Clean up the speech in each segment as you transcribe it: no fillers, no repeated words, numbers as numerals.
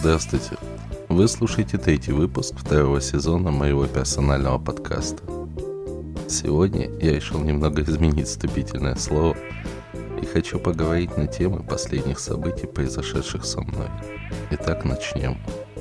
Здравствуйте! Вы слушаете третий выпуск второго сезона моего персонального подкаста. Сегодня я решил немного изменить вступительное слово и хочу поговорить на темы последних событий, произошедших со мной. Итак, начнем.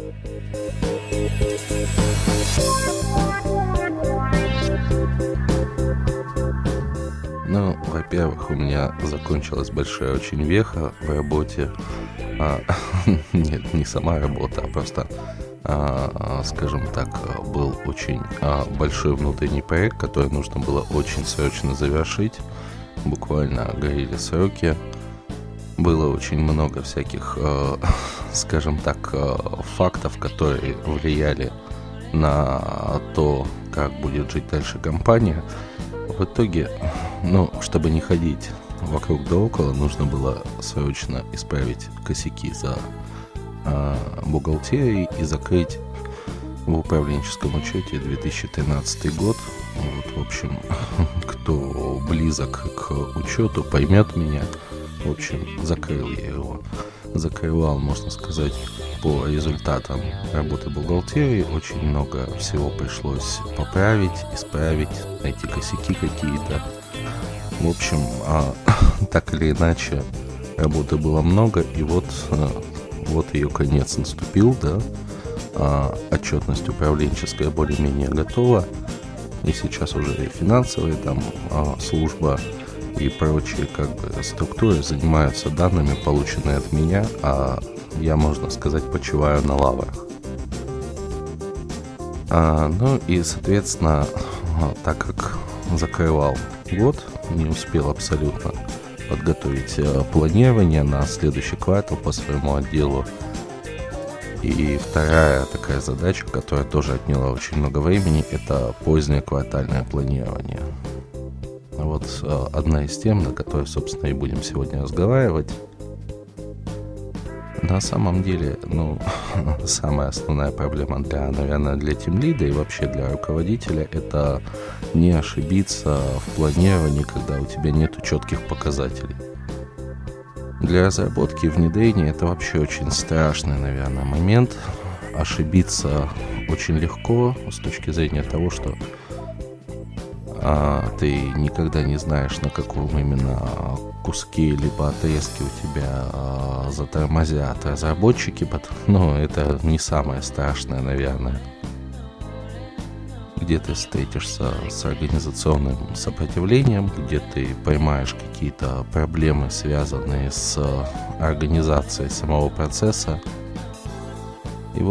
Во-первых, у меня закончилась большая очень веха в работе. Нет, не сама работа, а просто, скажем так, был очень большой внутренний проект, который нужно было очень срочно завершить. Буквально горели сроки. Было очень много всяких, скажем так, фактов, которые влияли на то, как будет жить дальше компания. В итоге, чтобы не ходить вокруг да около, нужно было срочно исправить косяки за бухгалтерией и закрыть в управленческом учете 2013 год. Вот, в общем, кто близок к учету, поймет меня. В общем, закрыл я его. Закрывал, можно сказать, по результатам работы бухгалтерии. Очень много всего пришлось поправить, исправить, найти косяки какие-то. В общем, так или иначе, работы было много, и вот ее конец наступил, да. Отчетность управленческая более-менее готова, и сейчас уже и финансовая служба и прочие структуры занимаются данными, полученными от меня, а я, можно сказать, почиваю на лаврах. И, соответственно, так как закрывал год, не успел абсолютно подготовить планирование на следующий квартал по своему отделу. И вторая такая задача, которая тоже отняла очень много времени, это позднее квартальное планирование. Вот одна из тем, на которой, собственно, и будем сегодня разговаривать. На самом деле, самая основная проблема для тимлида и вообще для руководителя – это не ошибиться в планировании, когда у тебя нету четких показателей. Для разработки и внедрения это вообще очень страшный, наверное, момент. Ошибиться очень легко с точки зрения того, что ты никогда не знаешь, на каком именно куске либо отрезке у тебя затормозят разработчики. Это не самое страшное, наверное. Где ты встретишься с организационным сопротивлением, где ты поймаешь какие-то проблемы, связанные с организацией самого процесса. И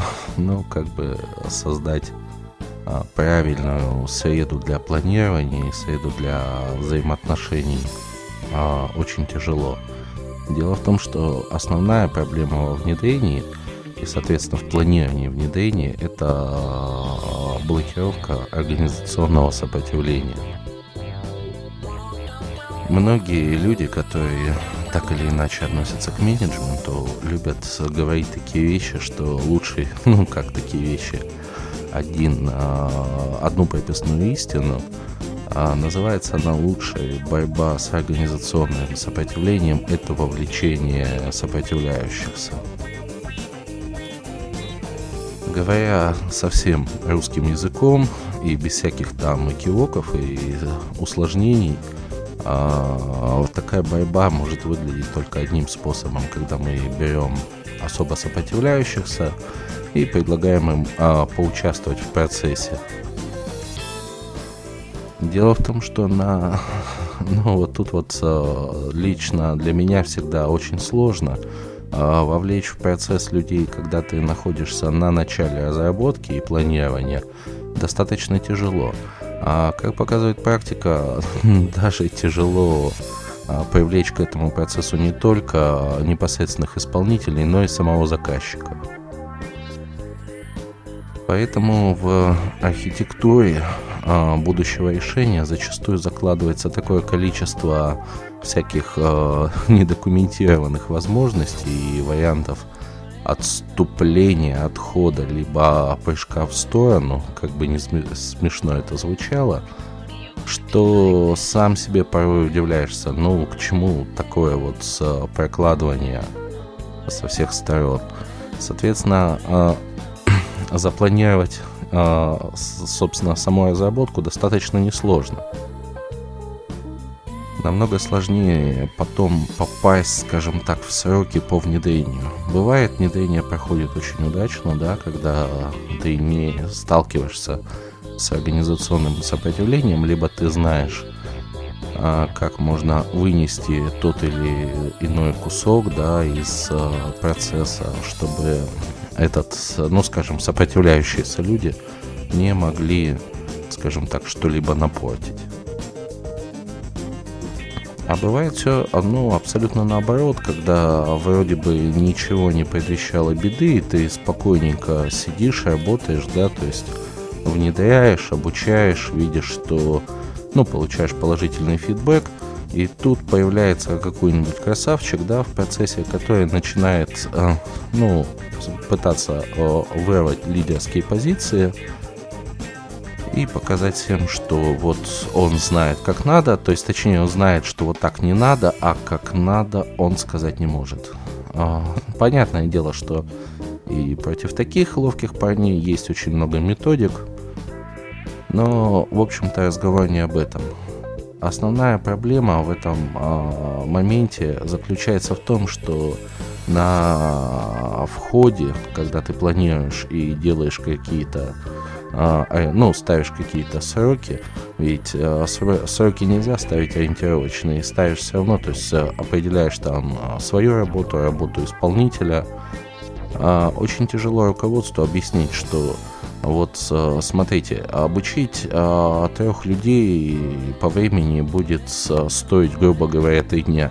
создать правильную среду для планирования и среду для взаимоотношений очень тяжело. Дело в том, что основная проблема во внедрении и, соответственно, в планировании внедрения – это блокировка организационного сопротивления. Многие люди, которые так или иначе относятся к менеджменту, любят говорить такие вещи, что лучше, такие вещи, одну прописную истину, называется она лучшая борьба с организационным сопротивлением – это вовлечение сопротивляющихся. Говоря совсем русским языком и без всяких экивоков и усложнений, такая борьба может выглядеть только одним способом, когда мы берем особо сопротивляющихся и предлагаем им поучаствовать в процессе. Дело в том, что лично для меня всегда очень сложно вовлечь в процесс людей, когда ты находишься на начале разработки и планирования, достаточно тяжело. Как показывает практика, даже тяжело привлечь к этому процессу не только непосредственных исполнителей, но и самого заказчика. Поэтому в архитектуре будущего решения зачастую закладывается такое количество всяких недокументированных возможностей и вариантов отступления, отхода, либо прыжка в сторону, как бы не смешно это звучало, что сам себе порой удивляешься, к чему такое прокладывание со всех сторон. Соответственно, запланировать, собственно, саму разработку достаточно несложно. Намного сложнее потом попасть, скажем так, в сроки по внедрению. Бывает, внедрение проходит очень удачно, да, когда ты не сталкиваешься с организационным сопротивлением, либо ты знаешь, как можно вынести тот или иной кусок, да, из процесса, чтобы этот, ну, скажем, сопротивляющиеся люди не могли, скажем так, что-либо напортить. А бывает все абсолютно наоборот, когда вроде бы ничего не предвещало беды, и ты спокойненько сидишь, работаешь, да, то есть внедряешь, обучаешь, видишь, что, получаешь положительный фидбэк, и тут появляется какой-нибудь красавчик, да, в процессе, который начинает, пытаться вырвать лидерские позиции, и показать всем, что вот он знает, как надо, то есть, точнее, он знает, что вот так не надо, а как надо он сказать не может. Понятное дело, что и против таких ловких парней есть очень много методик, но, в общем-то, разговор не об этом. Основная проблема в этом моменте заключается в том, что на входе, когда ты планируешь и делаешь какие-то ставишь какие-то сроки, ведь сроки нельзя ставить ориентировочные, ставишь все равно, то есть определяешь там свою работу, работу исполнителя. Очень тяжело руководству объяснить, что вот смотрите, обучить 3 людей по времени будет стоить, грубо говоря, 3 дня.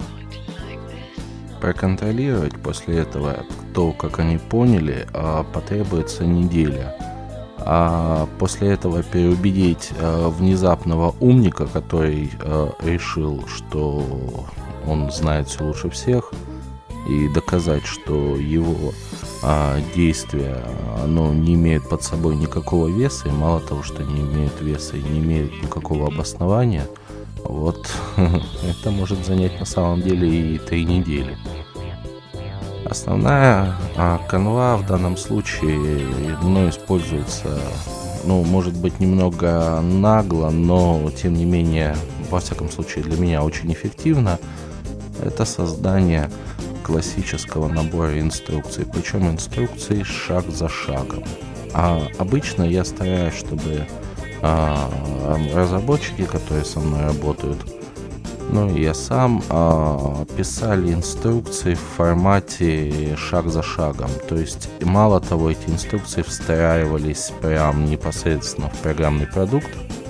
Проконтролировать после этого то, как они поняли, потребуется неделя. А после этого переубедить внезапного умника, который решил, что он знает все лучше всех, и доказать, что его действия не имеют под собой никакого веса, и мало того, что не имеют веса и не имеют никакого обоснования, вот это может занять на самом деле и 3 недели. Основная канва в данном случае мной используется, может быть, немного нагло, но тем не менее, во всяком случае, для меня очень эффективно. Это создание классического набора инструкций, причем инструкций шаг за шагом. Обычно я стараюсь, чтобы разработчики, которые со мной работают, и я сам писали инструкции в формате шаг за шагом. То есть, мало того, эти инструкции встраивались прям непосредственно в программный продукт.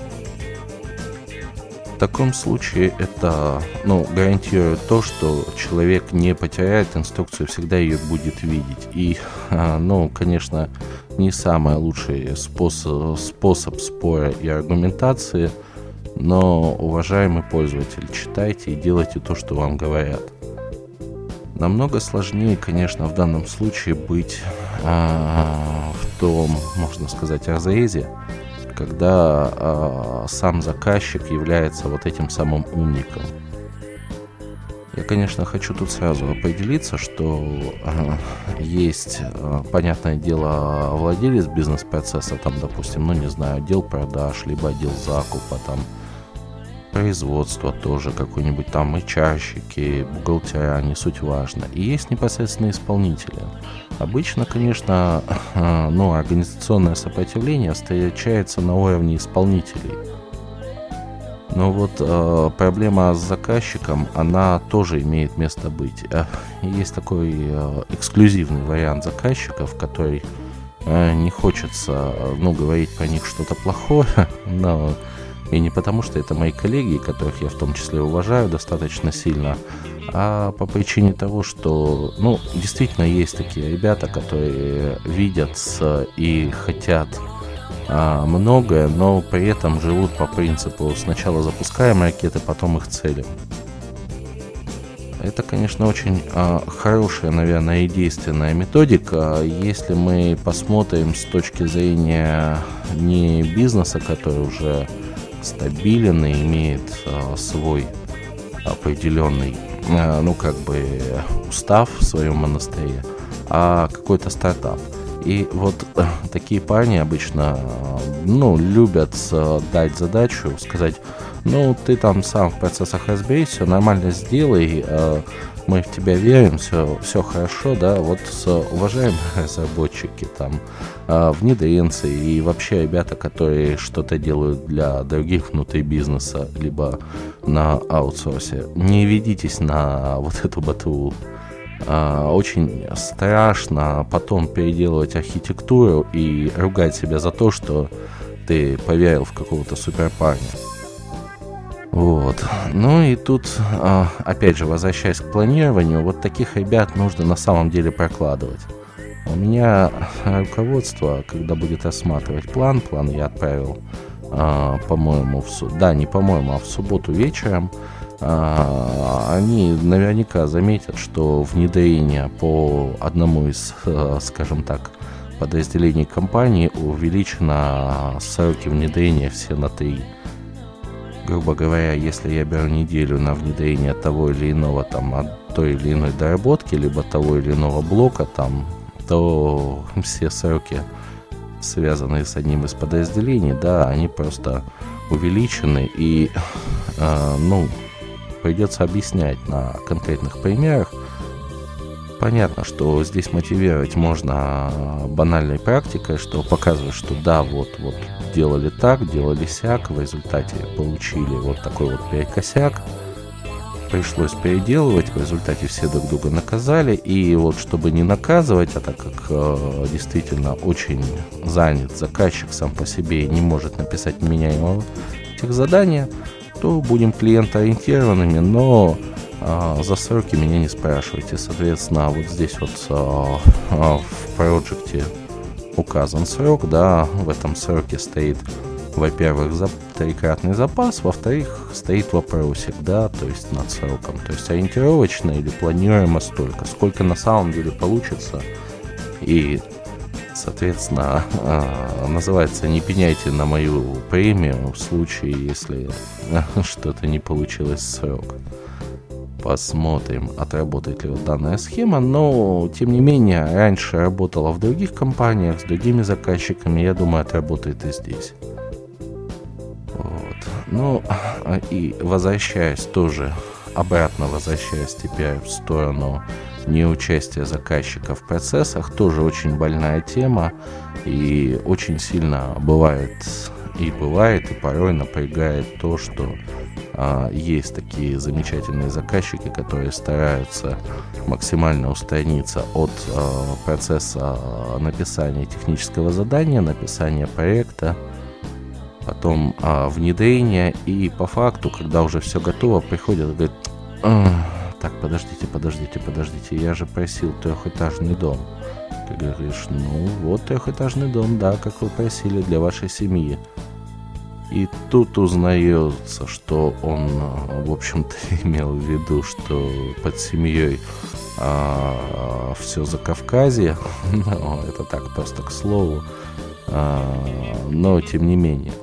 В таком случае это гарантирует то, что человек не потеряет инструкцию, всегда ее будет видеть. И, конечно, не самый лучший способ спора и аргументации, но, уважаемый пользователь, читайте и делайте то, что вам говорят. Намного сложнее, конечно, в данном случае быть в том, можно сказать, разрезе, когда сам заказчик является вот этим самым умником. Я, конечно, хочу тут сразу определиться, что есть, понятное дело, владелец бизнес-процесса, там, допустим, отдел продаж, либо отдел закупа, там, производство тоже, какой-нибудь там HR-щики, бухгалтера, не суть важно. И есть непосредственные исполнители. Обычно, конечно, организационное сопротивление встречается на уровне исполнителей. Но вот проблема с заказчиком, она тоже имеет место быть. Есть такой эксклюзивный вариант заказчиков, который не хочется, говорить про них что-то плохое, но и не потому, что это мои коллеги, которых я в том числе уважаю достаточно сильно, а по причине того, что, действительно есть такие ребята, которые видят и хотят многое, но при этом живут по принципу: сначала запускаем ракеты, потом их целим. Это, конечно, очень хорошая, наверное, и действенная методика, если мы посмотрим с точки зрения не бизнеса, который уже стабилен и имеет свой определенный, устав в своем монастыре, а какой-то стартап. И вот такие парни обычно, любят дать задачу, сказать, ты там сам в процессах разберись, все нормально сделай, мы в тебя верим, все хорошо, да, вот уважаемые разработчики, там, внедренцы и вообще ребята, которые что-то делают для других внутри бизнеса, либо на аутсорсе, не ведитесь на вот эту ботву. Очень страшно потом переделывать архитектуру и ругать себя за то, что ты поверил в какого-то суперпарня. Вот. И тут, опять же, возвращаясь к планированию, вот таких ребят нужно на самом деле прокладывать. У меня руководство, когда будет рассматривать план я отправил, по-моему, в субботу вечером. Они наверняка заметят, что внедрение по одному из, скажем так, подразделений компании увеличено сроки внедрения все на 3. Грубо говоря, если я беру неделю на внедрение того или иного, той или иной доработки, либо того или иного блока, то все сроки, связанные с одним из подразделений, они просто увеличены, и, придется объяснять на конкретных примерах. Понятно, что здесь мотивировать можно банальной практикой, что показывает, что вот делали так, делали сяк, в результате получили вот такой вот перекосяк, пришлось переделывать, в результате все друг друга наказали, и вот чтобы не наказывать, а так как действительно очень занят заказчик сам по себе и не может написать вменяемого задания, то будем клиентоориентированными, но за сроки меня не спрашивайте. Соответственно, вот здесь вот в проекте указан срок, в этом сроке стоит, во-первых, трикратный запас, во-вторых, стоит вопросик, то есть над сроком, то есть ориентировочно или планируемо столько, сколько на самом деле получится, и, соответственно, называется, не пеняйте на мою премию в случае, если что-то не получилось в срок. Посмотрим, отработает ли вот данная схема, но, тем не менее, раньше работала в других компаниях, с другими заказчиками, я думаю, отработает и здесь. Вот. И обратно возвращаясь теперь в сторону неучастия заказчика в процессах, тоже очень больная тема, и очень сильно бывает, и порой напрягает то, что есть такие замечательные заказчики, которые стараются максимально устраниться от процесса написания технического задания, написания проекта, потом внедрения, и по факту, когда уже все готово, приходят и говорят: так, подождите, я же просил трехэтажный дом. Ты говоришь: вот трехэтажный дом, как вы просили, для вашей семьи. И тут узнается, что он, в общем-то, имел в виду, что под семьей все Закавказье. Это так, просто к слову. Но, тем не менее.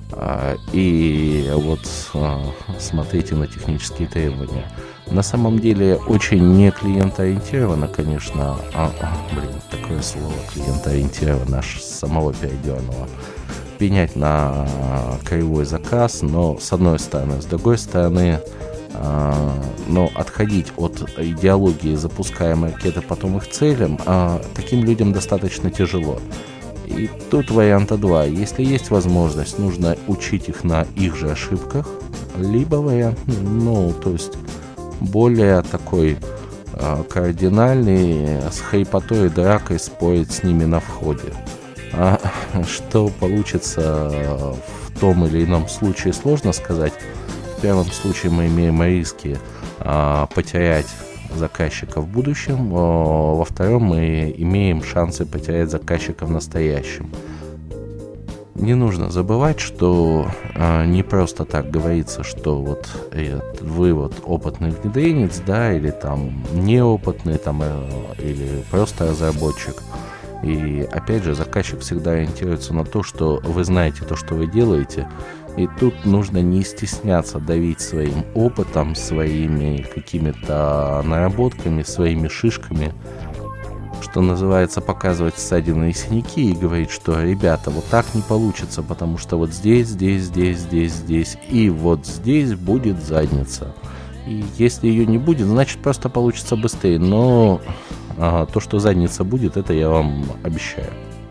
И вот смотрите на технические требования. На самом деле очень не клиентоориентировано, конечно. Такое слово клиентоориентировано аж самого передернуло. Пенять на кривой заказ, но с одной стороны, с другой стороны, но отходить от идеологии запускаемой ракеты, потом их целям, таким людям достаточно тяжело. И тут варианта 2. Если есть возможность, нужно учить их на их же ошибках, либо вариант, то есть более такой кардинальный, с хрипотой и дракой спорить с ними на входе. А что получится в том или ином случае, сложно сказать. В первом случае мы имеем риски потерять заказчика в будущем, во втором мы имеем шансы потерять заказчика в настоящем. Не нужно забывать, что не просто так говорится, что вот вы вот опытный внедренец, или там неопытный, или просто разработчик. И опять же, заказчик всегда ориентируется на то, что вы знаете то, что вы делаете. И тут нужно не стесняться давить своим опытом, своими какими-то наработками, своими шишками, что называется, показывать ссадины и синяки и говорить, что, ребята, вот так не получится, потому что вот здесь, и вот здесь будет задница. И если ее не будет, значит просто получится быстрее. Но то, что задница будет, это я вам обещаю.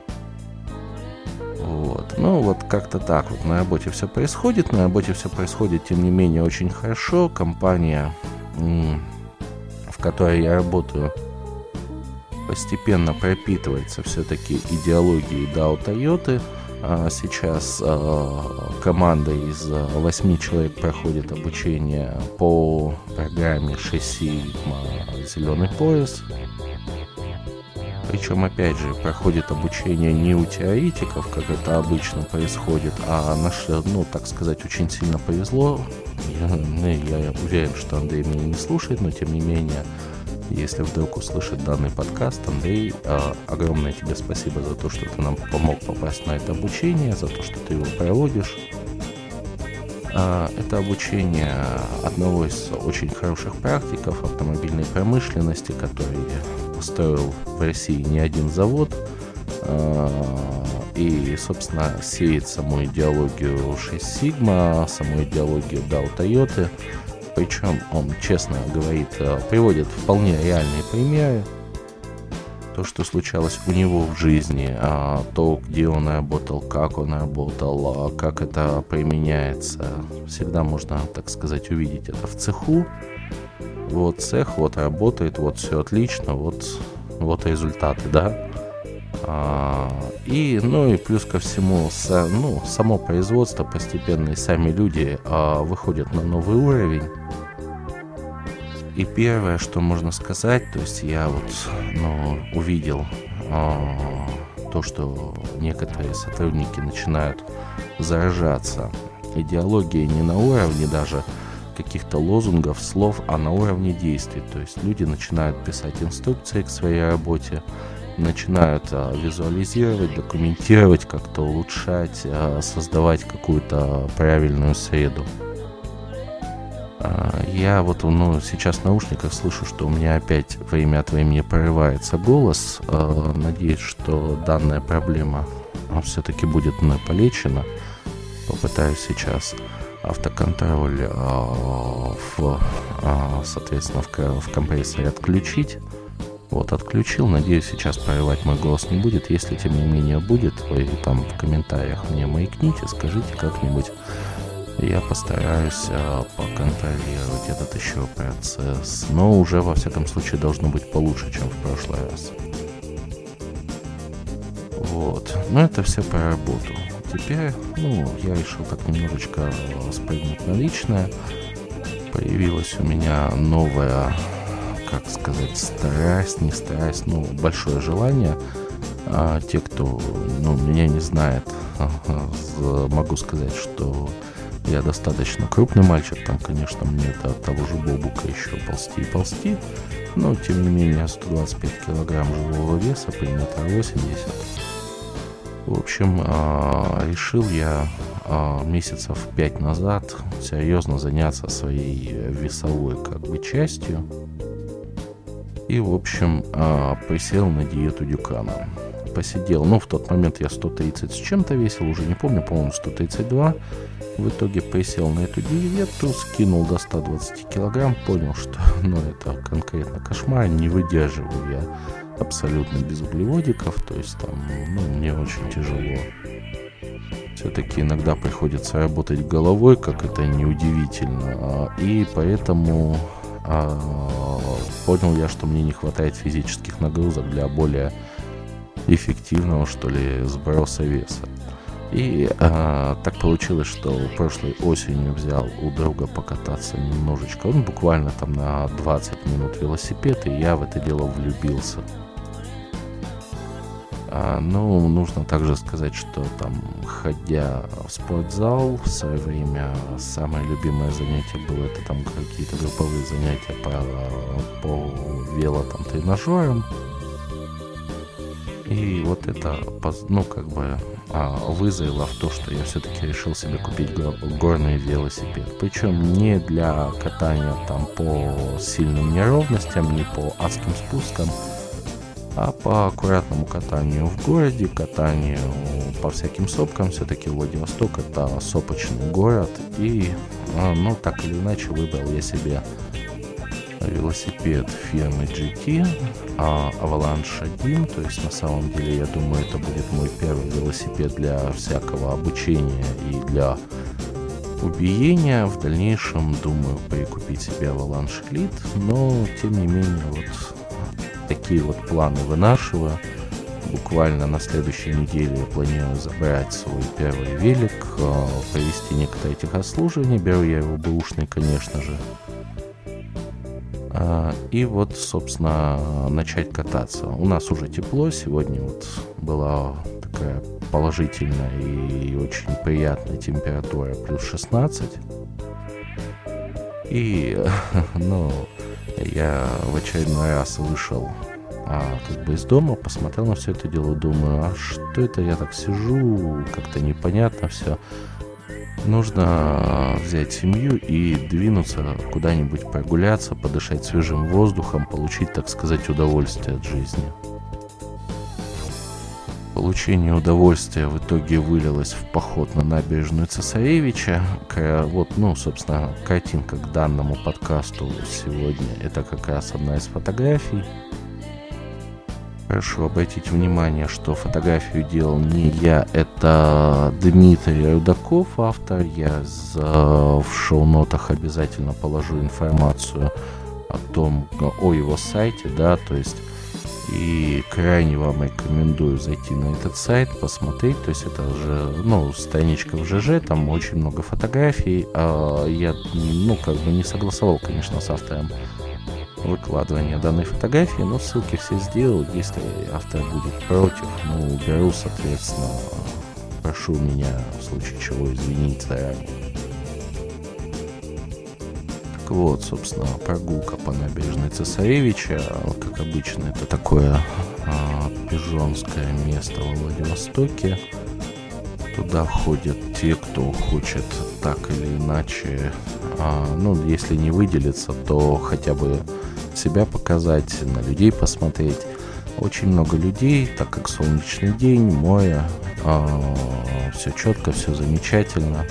Вот. Ну вот как-то так вот на работе все происходит. На работе все происходит, тем не менее, очень хорошо. Компания, в которой я работаю, постепенно пропитывается все-таки идеологией DAO Toyota. Сейчас команда из 8 человек проходит обучение по программе 6 Sigma «Зеленый пояс». Причем, опять же, проходит обучение не у теоретиков, как это обычно происходит, а наше, так сказать, очень сильно повезло. Я уверен, что Андрей меня не слушает, но тем не менее, если вдруг услышит данный подкаст, Андрей, огромное тебе спасибо за то, что ты нам помог попасть на это обучение, за то, что ты его проводишь. Это обучение одного из очень хороших практиков автомобильной промышленности, который построил в России не один завод и, собственно, сеет саму идеологию 6 Sigma, саму идеологию DAO Toyota. Причем он честно говорит, приводит вполне реальные примеры. То, что случалось у него в жизни, то, где он работал, как он работал, как это применяется. Всегда можно, так сказать, увидеть это в цеху. Вот цех, вот работает, вот все отлично, вот результаты, да. И плюс ко всему, само производство постепенно и сами люди выходят на новый уровень. И первое, что можно сказать, то есть я увидел то, что некоторые сотрудники начинают заражаться идеологией не на уровне даже каких-то лозунгов, слов, а на уровне действий. То есть люди начинают писать инструкции к своей работе, начинают визуализировать, документировать, как-то улучшать, создавать какую-то правильную среду. Я сейчас в наушниках слышу, что у меня опять время от времени прорывается голос. Надеюсь, что данная проблема все-таки будет мной полечена. Попытаюсь сейчас автоконтроль соответственно, в компрессоре отключить. Отключил. Надеюсь, сейчас прорывать мой голос не будет. Если, тем не менее, будет, вы там в комментариях мне маякните, скажите как-нибудь. Я постараюсь поконтролировать этот еще процесс. Но уже, во всяком случае, должно быть получше, чем в прошлый раз. Но это все про работу. Теперь, я решил так немножечко спрыгнуть на личное. Появилась у меня новая, как сказать, не страсть, большое желание. Те, кто, меня не знает, могу сказать, что я достаточно крупный мальчик, там, конечно, мне это от того же Бобука еще ползти и ползти, но, тем не менее, 125 килограмм живого веса при 1,80 м. В общем, решил я месяцев 5 назад серьезно заняться своей весовой частью. И, в общем, присел на диету Дюкана. Посидел, в тот момент я 130 с чем-то весил, уже не помню, по-моему, 132. В итоге присел на эту диету, скинул до 120 килограмм, понял, что это конкретно кошмар, не выдерживаю я абсолютно без углеводиков, то есть там, мне очень тяжело. Все-таки иногда приходится работать головой, как это неудивительно, и поэтому понял я, что мне не хватает физических нагрузок для более эффективного, сброса веса. И так получилось, что прошлой осенью взял у друга покататься немножечко. Он буквально там на 20 минут велосипед, и я в это дело влюбился. Нужно также сказать, что там, ходя в спортзал, в свое время самое любимое занятие было это там какие-то групповые занятия по велотренажерам. И вот это, вызрело в то, что я все-таки решил себе купить горный велосипед. Причем не для катания там по сильным неровностям, не по адским спускам, А по аккуратному катанию в городе, катанию по всяким сопкам, все-таки Владивосток — это сопочный город, и, ну, так или иначе, выбрал я себе велосипед фирмы GT Avalanche 1, то есть на самом деле, я думаю, это будет мой первый велосипед для всякого обучения и для убиения. В дальнейшем думаю прикупить себе Avalanche Elite, но тем не менее вот такие вот планы вынашиваю. Буквально на следующей неделе я планирую забрать свой первый велик, провести некоторые техобслуживания. Беру я его бэушный, конечно же. И вот, собственно, начать кататься. У нас уже тепло. Сегодня вот была такая положительная и очень приятная температура, плюс 16. И, ну, я в очередной раз вышел как бы из дома, посмотрел на все это дело, думаю, а что это я так сижу, как-то непонятно все. Нужно взять семью и двинуться куда-нибудь прогуляться, подышать свежим воздухом, получить, так сказать, удовольствие от жизни. Получение удовольствия в итоге вылилось в поход на набережную Цесаревича. Вот, ну, собственно, картинка к данному подкасту сегодня — это как раз одна из фотографий. Прошу обратить внимание, что фотографию делал не я, это Дмитрий Рудаков, автор. Я в шоу-нотах обязательно положу информацию о его сайте, да, то есть, и крайне вам рекомендую зайти на этот сайт, посмотреть, то есть это же, ну, страничка в ЖЖ, там очень много фотографий. Я, ну, как бы не согласовал, конечно, с автором выкладывания данной фотографии, но ссылки все сделал. Если автор будет против, ну, уберу, соответственно, прошу меня в случае чего извинить заранее. Так вот, собственно, прогулка по набережной Цесаревича, как обычно, это такое пижонское место во Владивостоке. Туда ходят те, кто хочет так или иначе, ну, если не выделиться, то хотя бы себя показать, на людей посмотреть. Очень много людей, так как солнечный день, море, все четко, все замечательно.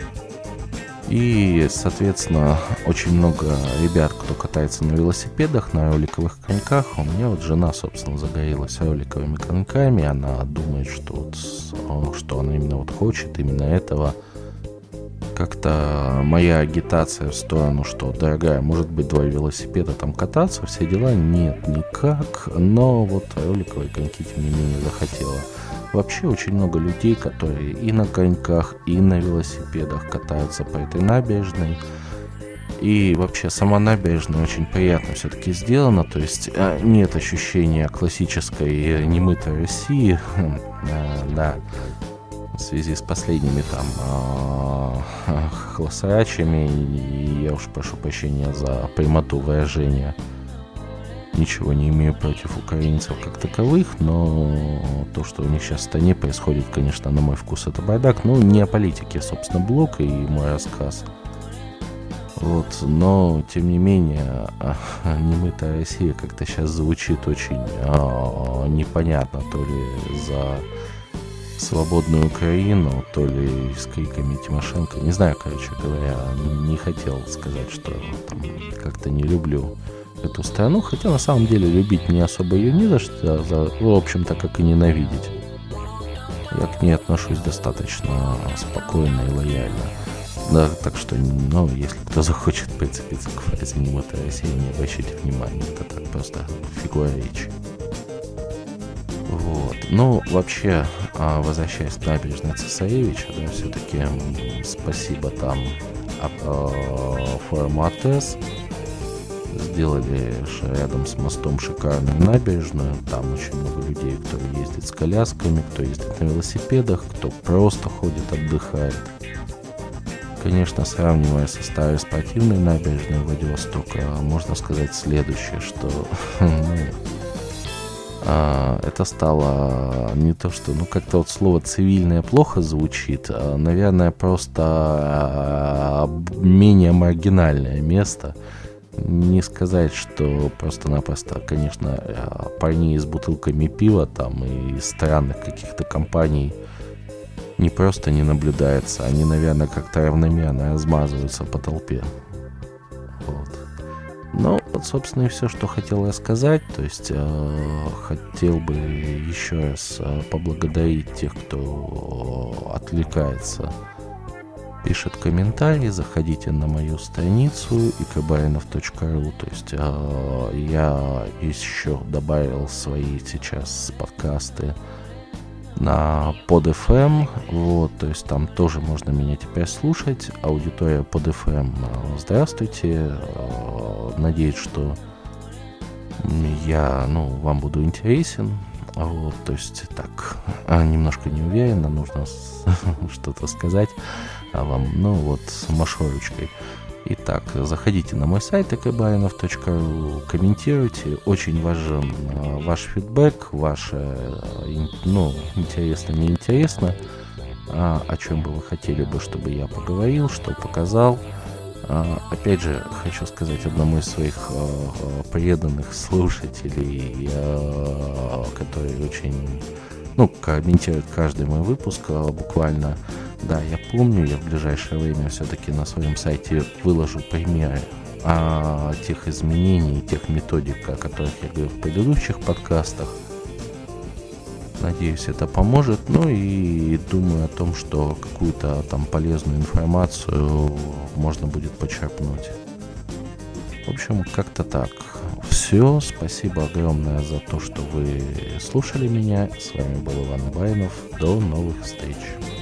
И, соответственно, очень много ребят, кто катается на велосипедах, на роликовых коньках. У меня вот жена, собственно, загорелась роликовыми коньками. Она думает, что она именно вот хочет именно этого. Как-то моя агитация в сторону, что, дорогая, может быть, 2 велосипеда там кататься, все дела, нет, никак. Но вот роликовые коньки, тем не менее, захотела. Вообще очень много людей, которые и на коньках, и на велосипедах катаются по этой набережной. И вообще сама набережная очень приятно все-таки сделана. То есть нет ощущения классической немытой России. Да, в связи с последними там хлосарачами. И я уж прошу прощения за прямоту выражения. Ничего не имею против украинцев как таковых, но то, что у них сейчас в стране происходит, конечно, на мой вкус, это бардак. Ну, не о политике, собственно, блог и мой рассказ. Вот, но, тем не менее, немытая Россия как-то сейчас звучит очень непонятно, то ли за свободную Украину, то ли с криками Тимошенко. Не знаю, короче говоря, не хотел сказать, что там как-то не люблю эту страну, хотя на самом деле любить не особо ее не за что, в общем-то, как и ненавидеть. Я к ней отношусь достаточно спокойно и лояльно. Да, так что, ну, если кто захочет прицепиться к фразе «немытая Россия», не обращайте внимания, это так просто фигура речи. Вот. Ну, вообще, возвращаясь к набережной Цесаревича, да, все-таки спасибо там форуму АТЭС. Сделали рядом с мостом шикарную набережную. Там очень много людей, кто ездит с колясками, кто ездит на велосипедах, кто просто ходит, отдыхает. Конечно, сравнивая со старой спортивной набережной Владивостока, можно сказать следующее, что это стало не то, что, ну, как-то вот слово «цивильное» плохо звучит, наверное, просто менее маргинальное место. Не сказать, что просто-напросто, конечно, парней с бутылками пива там и из странных каких-то компаний не просто не наблюдается, они, наверное, как-то равномерно размазываются по толпе. Вот. Ну, вот, собственно, и все, что хотел я сказать. То есть, хотел бы еще раз поблагодарить тех, кто отвлекается, пишет комментарии, заходите на мою страницу ikbarinov.ru. То есть я еще добавил свои сейчас подкасты на PodFM, вот, то есть там тоже можно меня теперь слушать. Аудитория PodFM, здравствуйте. Надеюсь, что я, вам буду интересен. Вот, то есть так, немножко не уверенно, нужно что-то сказать вам, с мошорочкой. Итак, заходите на мой сайт ikbarinov.ru, комментируйте, очень важен ваш фидбэк, ваше, интересно, неинтересно, о чем бы вы хотели бы, чтобы я поговорил, что показал. Опять же, хочу сказать одному из своих преданных слушателей, который очень, комментирует каждый мой выпуск буквально. Да, я помню, я в ближайшее время все-таки на своем сайте выложу примеры тех изменений, тех методик, о которых я говорил в предыдущих подкастах. Надеюсь, это поможет. И думаю о том, что какую-то там полезную информацию можно будет почерпнуть. В общем, как-то так. Все. Спасибо огромное за то, что вы слушали меня. С вами был Иван Баринов. До новых встреч.